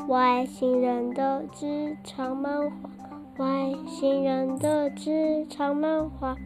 外星人的职场漫画，外星人的职场漫画。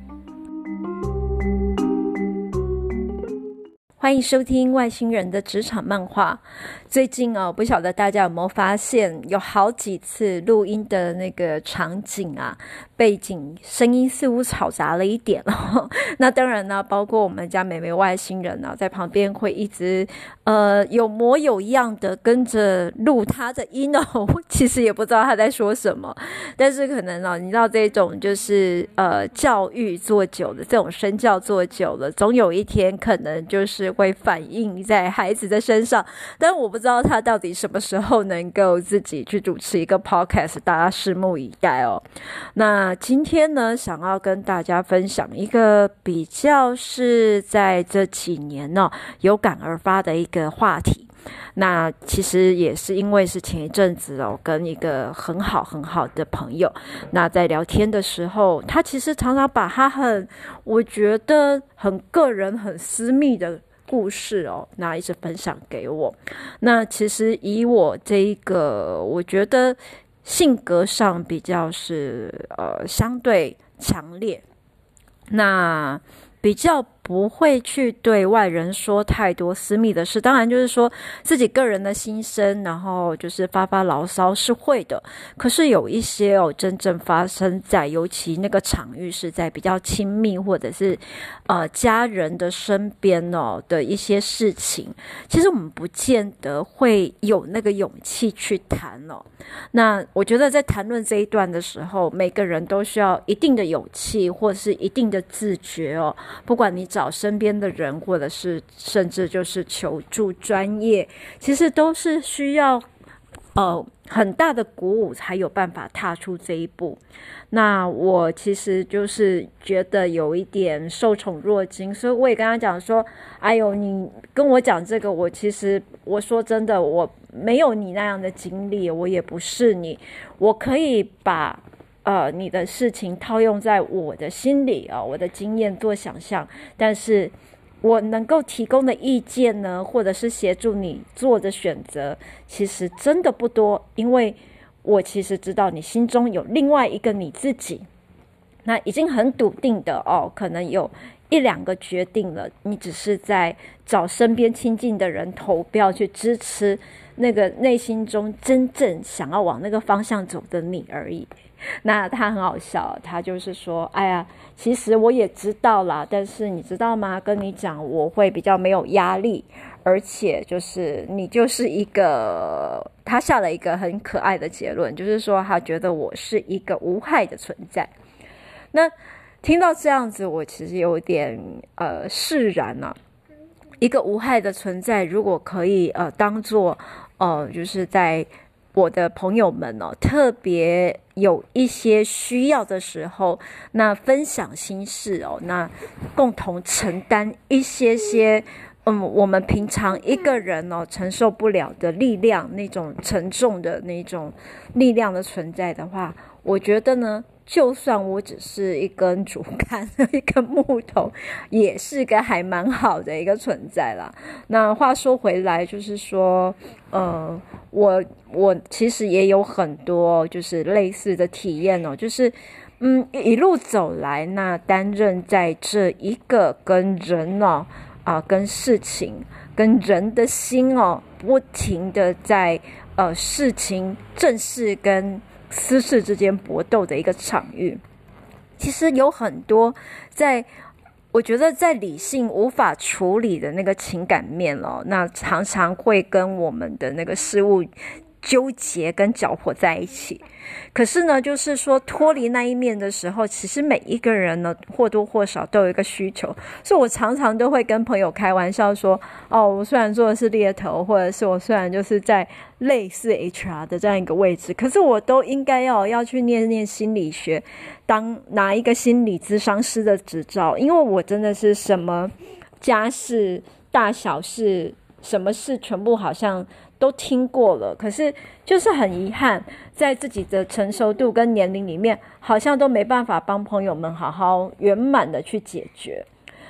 欢迎收听外星人的职场漫画。最近不晓得大家有没有发现，有好几次录音的那个场景背景声音似乎吵杂了一点那当然呢，包括我们家妹妹外星人在旁边会一直有模有样的跟着录她的音其实也不知道她在说什么，但是可能你知道这种就是教育做久了，这种身教做久了，总有一天可能就是会反映在孩子的身上，但我不知道他到底什么时候能够自己去主持一个 podcast， 大家拭目以待那今天呢，想要跟大家分享一个比较是在这几年有感而发的一个话题。那其实也是因为是前一阵子跟一个很好的朋友，那在聊天的时候，他其实常常把他我觉得很个人很私密的故事那一直分享给我。那其实以我这一个我觉得性格上比较是相对强烈，那比较不会去对外人说太多私密的事，当然就是说自己个人的心声，然后就是发发牢骚是会的，可是有一些真正发生在尤其那个场域是在比较亲密或者是家人的身边的一些事情，其实我们不见得会有那个勇气去谈那我觉得在谈论这一段的时候，每个人都需要一定的勇气或是一定的自觉不管你找身边的人，或者是甚至就是求助专业，其实都是需要很大的鼓舞才有办法踏出这一步。那我其实就是觉得有一点受宠若惊，所以我也跟他讲说，哎呦，你跟我讲这个，我说真的，我没有你那样的经历，我也不是你，我可以把你的事情套用在我的心里我的经验做想象，但是我能够提供的意见呢，或者是协助你做的选择，其实真的不多，因为我其实知道你心中有另外一个你自己，那已经很笃定的可能有一两个决定了，你只是在找身边亲近的人投票去支持那个内心中真正想要往那个方向走的你而已。那他很好笑，他就是说，哎呀，其实我也知道啦，但是你知道吗，跟你讲我会比较没有压力，而且就是你就是一个，他下了一个很可爱的结论，就是说他觉得我是一个无害的存在。那听到这样子，我其实有点释然一个无害的存在，如果可以当作就是在我的朋友们特别有一些需要的时候，那分享心事那共同承担一些我们平常一个人承受不了的力量，那种沉重的那种力量的存在的话，我觉得呢，就算我只是一根竹竿一根木头，也是个还蛮好的一个存在啦。那话说回来，就是说我其实也有很多就是类似的体验就是一路走来，那担任在这一个跟人跟事情跟人的心不停的在事情正事跟私事之间搏斗的一个场域，其实有很多我觉得在理性无法处理的那个情感面那常常会跟我们的那个事物纠结跟搅和在一起。可是呢，就是说脱离那一面的时候，其实每一个人呢或多或少都有一个需求，所以我常常都会跟朋友开玩笑说，我虽然做的是猎头，或者是我虽然就是在类似 HR 的这样一个位置，可是我都应该要去念心理学，拿一个心理咨商师的执照，因为我真的是什么家事大小事什么事全部好像都听过了，可是就是很遗憾，在自己的成熟度跟年龄里面，好像都没办法帮朋友们好好圆满的去解决。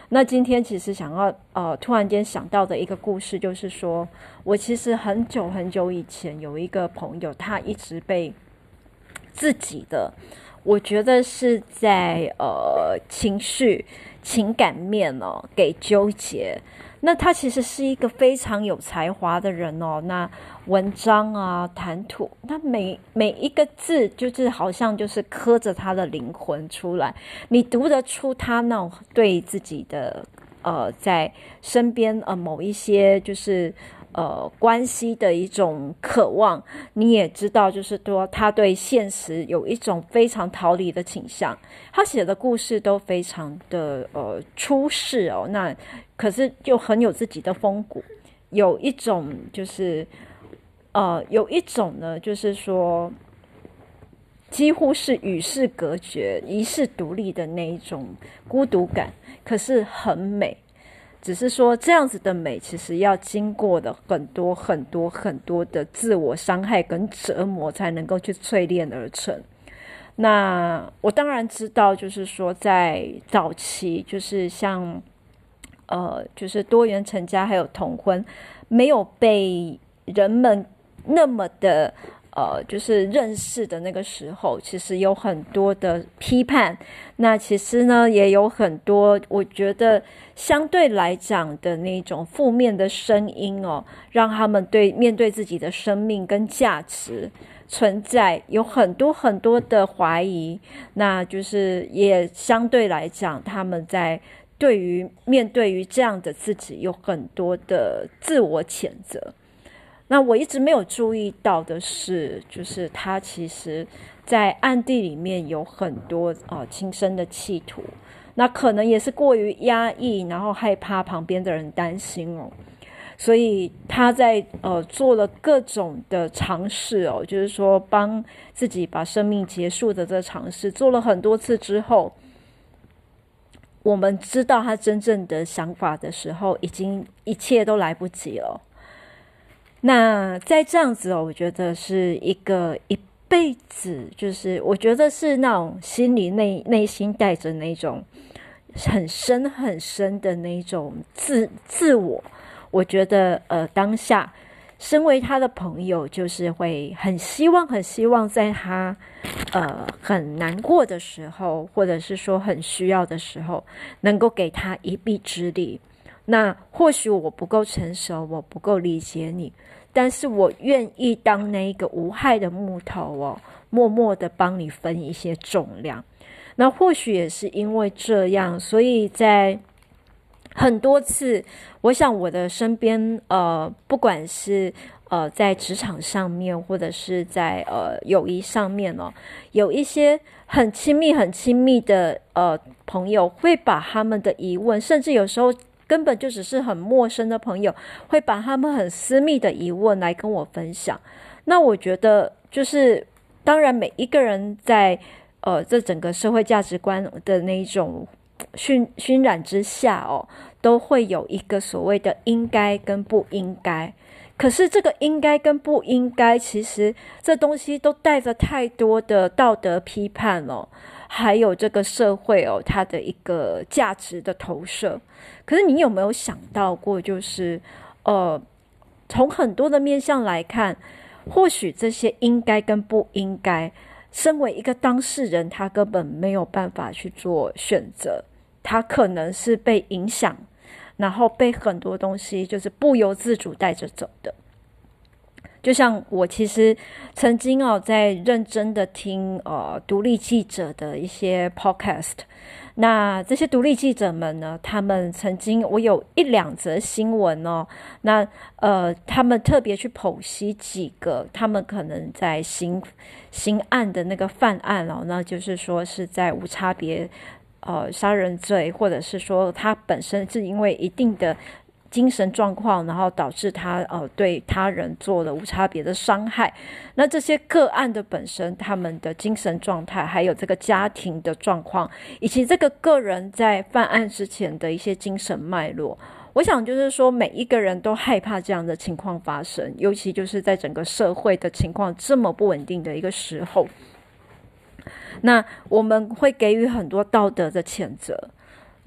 那今天其实想要突然间想到的一个故事，就是说我其实很久很久以前有一个朋友，他一直被自己的，我觉得是在情绪情感面给纠结。那他其实是一个非常有才华的人那文章啊谈吐，他每一个字就是好像就是刻着他的灵魂出来，你读得出他那种对自己的在身边某一些就是关系的一种渴望，你也知道就是说他对现实有一种非常逃离的倾向。他写的故事都非常的出世那可是就很有自己的风骨，有一种就是有一种呢就是说几乎是与世隔绝遗世独立的那一种孤独感，可是很美。只是说这样子的美其实要经过的很多很多很多的自我伤害跟折磨才能够去淬炼而成。那我当然知道就是说在早期就是像就是多元成家还有同婚没有被人们那么的就是认识的那个时候，其实有很多的批判。那其实呢，也有很多我觉得相对来讲的那种负面的声音让他们面对自己的生命跟价值存在有很多很多的怀疑。那就是也相对来讲，他们在面对于这样的自己有很多的自我谴责。那我一直没有注意到的是，就是他其实在暗地里面有很多轻生的企图，那可能也是过于压抑，然后害怕旁边的人担心所以他在做了各种的尝试就是说帮自己把生命结束的这个尝试，做了很多次之后，我们知道他真正的想法的时候，已经一切都来不及了。那在这样子我觉得是一辈子，就是我觉得是那种心里内心带着那种很深很深的那种自我。我觉得当下身为他的朋友，就是会很希望在他很难过的时候，或者是说很需要的时候，能够给他一臂之力。那或许我不够成熟，我不够理解你，但是我愿意当那一个无害的木头默默的帮你分一些重量。那或许也是因为这样，所以在很多次，我想我的身边不管是在职场上面，或者是在友谊上面有一些很亲密的朋友，会把他们的疑问，甚至有时候根本就只是很陌生的朋友，会把他们很私密的疑问来跟我分享。那我觉得就是当然每一个人在这整个社会价值观的那一种熏染之下都会有一个所谓的应该跟不应该。可是这个应该跟不应该，其实这东西都带着太多的道德批判还有这个社会它的一个价值的投射。可是你有没有想到过，就是从很多的面向来看，或许这些应该跟不应该，身为一个当事人，他根本没有办法去做选择，他可能是被影响，然后被很多东西就是不由自主带着走的。就像我其实曾经在认真的听独立记者的一些 podcast， 那这些独立记者们呢，他们曾经我有1-2则新闻那他们特别去剖析几个他们可能在刑案的那个犯案那就是说是在无差别杀人罪，或者是说他本身是因为一定的精神状况，然后导致他对他人做了无差别的伤害。那这些个案的本身，他们的精神状态，还有这个家庭的状况，以及这个个人在犯案之前的一些精神脉络，我想就是说每一个人都害怕这样的情况发生，尤其就是在整个社会的情况这么不稳定的一个时候，那我们会给予很多道德的谴责。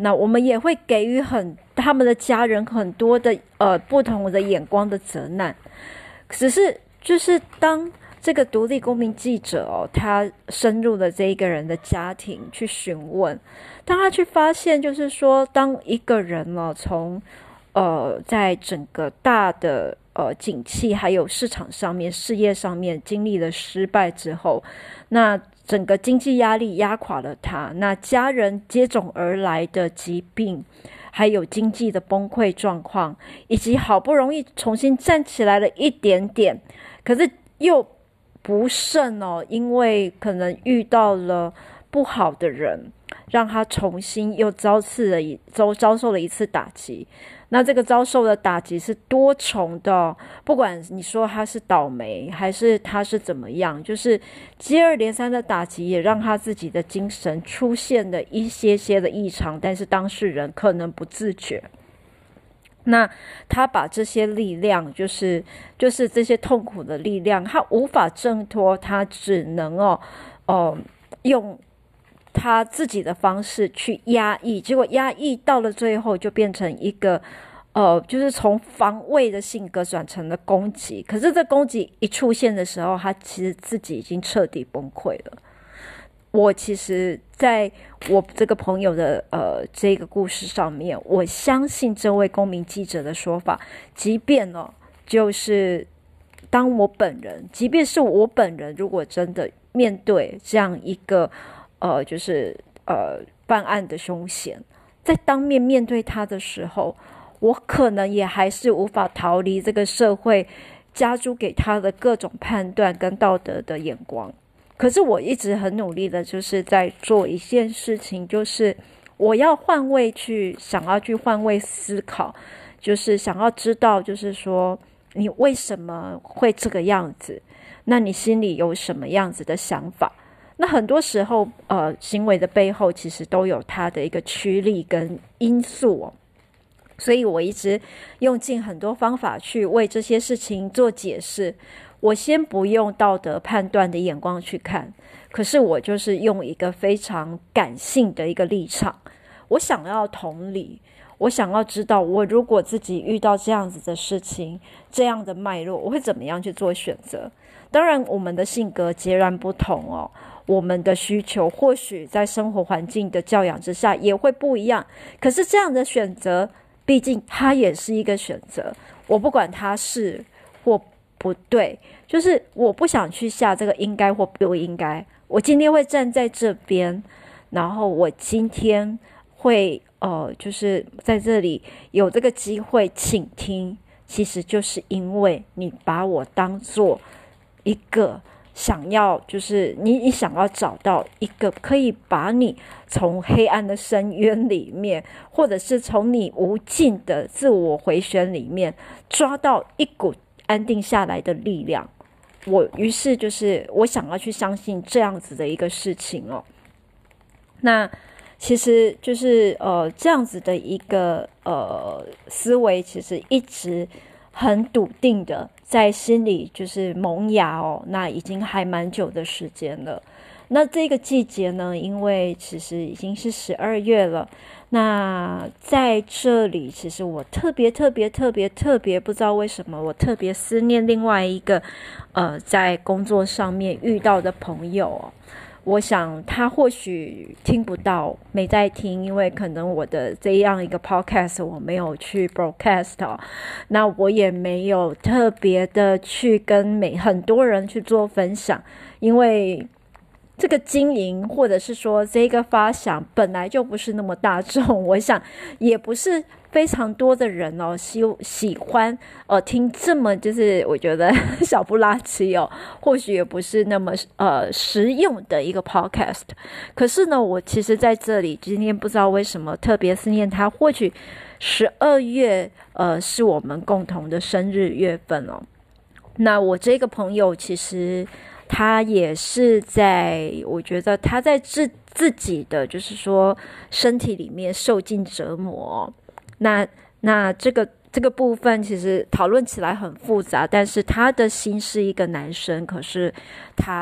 那我们也会给予他们的家人很多的不同的眼光的责难。只是就是当这个独立公民记者他深入了这一个人的家庭去询问，当他去发现就是说，当一个人从在整个大的景气还有市场上面事业上面经历了失败之后，那整个经济压力压垮了他，那家人接踵而来的疾病还有经济的崩溃状况，以及好不容易重新站起来了一点点，可是又不慎因为可能遇到了不好的人，让他重新又遭受了一次打击。那这个遭受的打击是多重的，不管你说他是倒霉还是他是怎么样，就是接二连三的打击也让他自己的精神出现了一些的异常，但是当事人可能不自觉。那他把这些力量，就是这些痛苦的力量，他无法挣脱，他只能用他自己的方式去压抑，结果压抑到了最后就变成一个就是从防卫的性格转成了攻击。可是这攻击一出现的时候，他其实自己已经彻底崩溃了。我其实在我这个朋友的这个故事上面，我相信这位公民记者的说法，即便就是即便是我本人如果真的面对这样一个就是办案的凶险，在当面面对他的时候，我可能也还是无法逃离这个社会加诸给他的各种判断跟道德的眼光。可是我一直很努力的就是在做一件事情，就是我要想要去换位思考，就是想要知道就是说你为什么会这个样子，那你心里有什么样子的想法。那很多时候行为的背后其实都有它的一个驱力跟因素所以我一直用尽很多方法去为这些事情做解释。我先不用道德判断的眼光去看，可是我就是用一个非常感性的一个立场，我想要同理，我想要知道我如果自己遇到这样子的事情，这样的脉络，我会怎么样去做选择。当然我们的性格截然不同我们的需求或许在生活环境的教养之下也会不一样，可是这样的选择毕竟它也是一个选择，我不管它是或不对，就是我不想去下这个应该或不应该。我今天会站在这边，然后我今天会就是在这里有这个机会倾听，其实就是因为你把我当作一个想要，就是你想要找到一个可以把你从黑暗的深渊里面，或者是从你无尽的自我回旋里面抓到一股安定下来的力量。于是就是我想要去相信这样子的一个事情那其实就是这样子的一个思维，其实一直很笃定的在心里就是萌芽那已经还蛮久的时间了。那这个季节呢，因为其实已经是12月了，那在这里其实我特别不知道为什么我特别思念另外一个在工作上面遇到的朋友我想他或许听不到，没在听，因为可能我的这样一个 podcast 我没有去 broadcast 那我也没有特别的去跟很多人去做分享，因为这个经营或者是说这个发想本来就不是那么大众，我想也不是非常多的人喜欢听这么就是我觉得小不拉几或许也不是那么实用的一个 podcast。 可是呢，我其实在这里今天不知道为什么特别思念他，或许12月是我们共同的生日月份那我这个朋友其实他也是我觉得他在自己的就是说身体里面受尽折磨那这个部分其实讨论起来很复杂，但是他的心是一个男生，可是他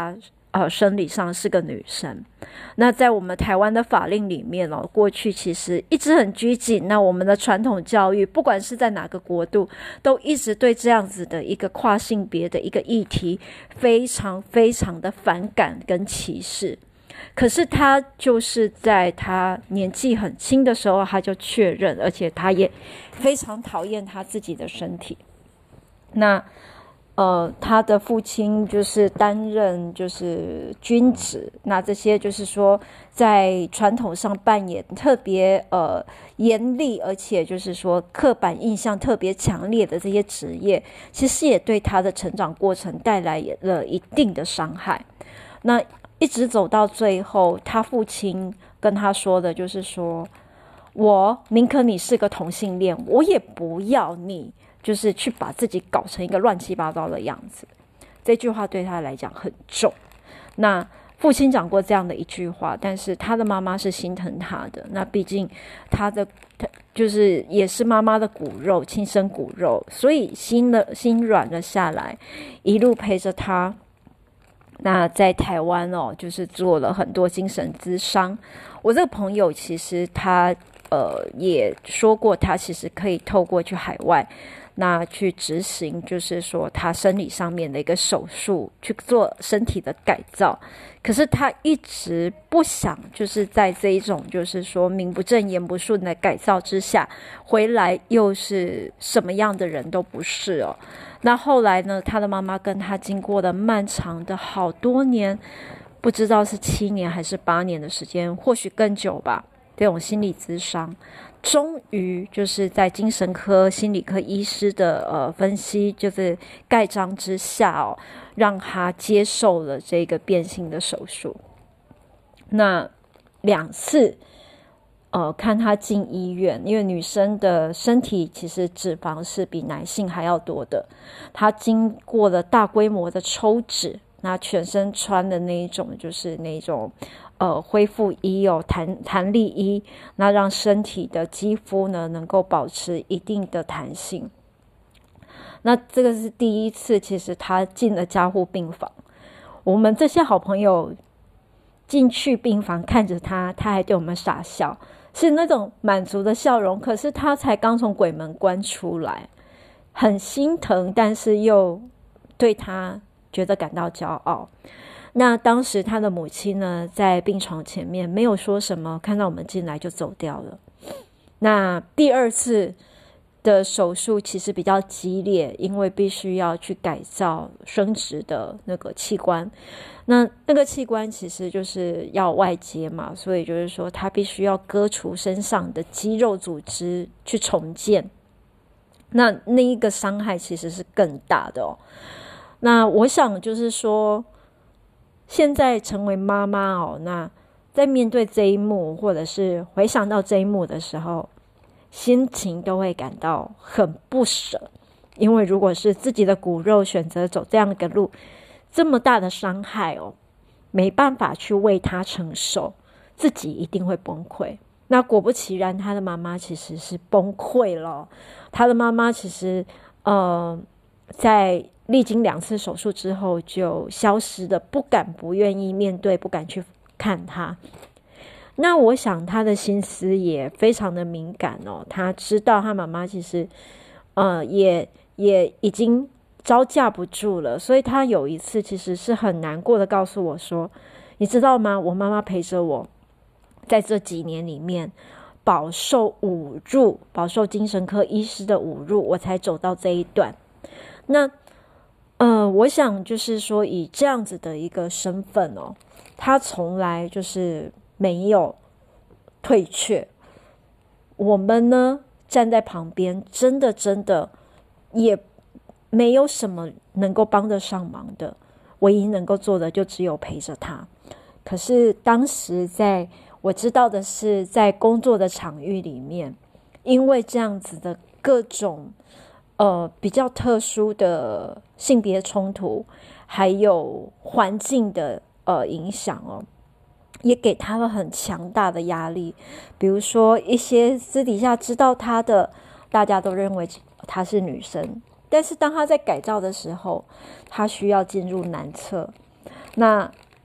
生理上是个女生。那在我们台湾的法令里面过去其实一直很拘谨，那我们的传统教育不管是在哪个国度，都一直对这样子的一个跨性别的一个议题非常非常的反感跟歧视。可是他就是在他年纪很轻的时候他就确认，而且他也非常讨厌他自己的身体。那他的父亲就是担任就是军职，那这些就是说在传统上扮演特别严厉，而且就是说刻板印象特别强烈的这些职业，其实也对他的成长过程带来了一定的伤害。那一直走到最后，他父亲跟他说的就是说，我宁可你是个同性恋，我也不要你就是去把自己搞成一个乱七八糟的样子。这句话对他来讲很重。那父亲讲过这样的一句话，但是他的妈妈是心疼他的。那毕竟他就是也是妈妈的骨肉，亲生骨肉，所以心软了下来，一路陪着他。那在台湾就是做了很多精神咨商。我这个朋友其实他也说过，他其实可以透过去海外，那去执行就是说他生理上面的一个手术，去做身体的改造。可是他一直不想就是在这一种就是说名不正言不顺的改造之下回来又是什么样的人都不是那后来呢，他的妈妈跟他经过了漫长的好多年，不知道是7年还是8年的时间，或许更久吧，这种心理咨商，终于就是在精神科心理科医师的分析就是盖章之下让他接受了这个变性的手术。那2次看他进医院，因为女生的身体其实脂肪是比男性还要多的，他经过了大规模的抽脂，那全身穿的那一种就是那种恢复衣弹力衣，那让身体的肌肤呢能够保持一定的弹性。那这个是第一次，其实他进了加护病房，我们这些好朋友进去病房看着他，他还对我们傻笑，是那种满足的笑容。可是他才刚从鬼门关出来，很心疼，但是又对他觉得感到骄傲。那当时他的母亲呢，在病床前面没有说什么，看到我们进来就走掉了。那第2次的手术其实比较激烈，因为必须要去改造生殖的那个器官。那个器官其实就是要外接嘛，所以就是说他必须要割除身上的肌肉组织去重建。那一个伤害其实是更大的那我想就是说，现在成为妈妈那在面对这一幕，或者是回想到这一幕的时候，心情都会感到很不舍。因为如果是自己的骨肉选择走这样的路，这么大的伤害没办法去为他承受，自己一定会崩溃。那果不其然，他的妈妈其实是崩溃了。他的妈妈其实在历经2次手术之后就消失的，不愿意面对，不敢去看他。那我想他的心思也非常的敏感他知道他妈妈其实也已经招架不住了，所以他有一次其实是很难过的告诉我说，你知道吗，我妈妈陪着我在这几年里面饱受侮辱，饱受精神科医师的侮辱，我才走到这一段。那我想就是说，以这样子的一个身份他从来就是没有退却。我们呢站在旁边，真的也没有什么能够帮得上忙的，唯一能够做的就只有陪着他。可是当时我知道的是，在工作的场域里面，因为这样子的各种比较特殊的性别冲突，还有环境的影响也给他了很强大的压力。比如说一些私底下知道他的，大家都认为她是女生，但是当他在改造的时候，他需要进入男厕，那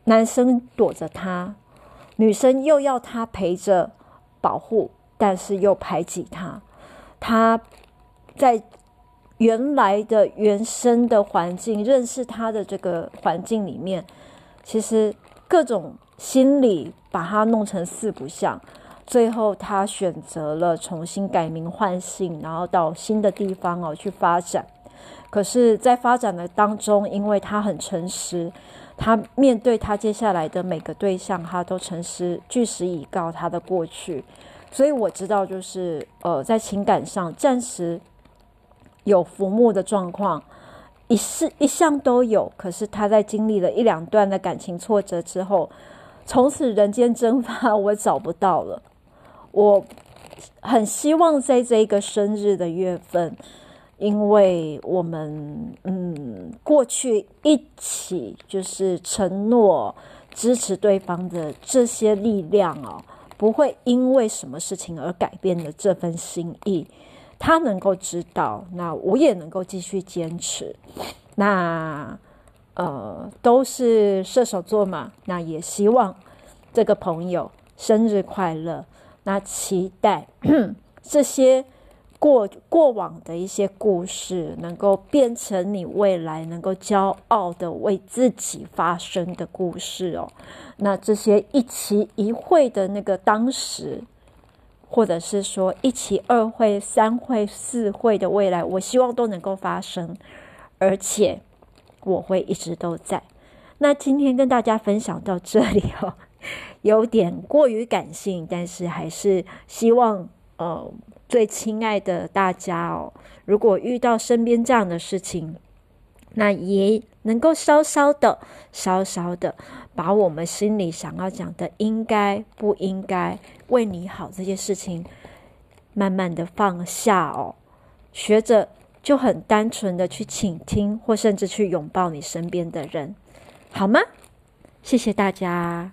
男生躲着他，女生又要他陪着保护，但是又排挤他。他在原来的原生的环境，认识他的这个环境里面，其实各种心理把他弄成四不像，最后他选择了重新改名换姓，然后到新的地方去发展。可是在发展的当中，因为他很诚实，他面对他接下来的每个对象，他都诚实据实以告他的过去。所以我知道就是在情感上暂时有浮木的状况，一向都有。可是他在经历了一两段的感情挫折之后，从此人间蒸发，我找不到了。我很希望在这一个生日的月份，因为我们过去一起就是承诺支持对方的这些力量不会因为什么事情而改变了这份心意。他能够知道，那我也能够继续坚持。那都是射手座嘛，那也希望这个朋友生日快乐。那期待这些过往的一些故事能够变成你未来能够骄傲的为自己发生的故事那这些一期一会的那个当时，或者是说一期二会三会四会的未来，我希望都能够发生，而且我会一直都在。那今天跟大家分享到这里有点过于感性，但是还是希望最亲爱的大家如果遇到身边这样的事情，那也能够稍稍的把我们心里想要讲的应该不应该为你好这些事情慢慢的放下学着就很单纯的去倾听，或甚至去拥抱你身边的人，好吗？谢谢大家。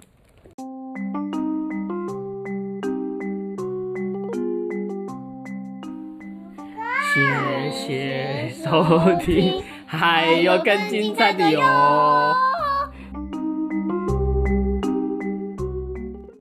谢谢收听，还有更精彩的哟。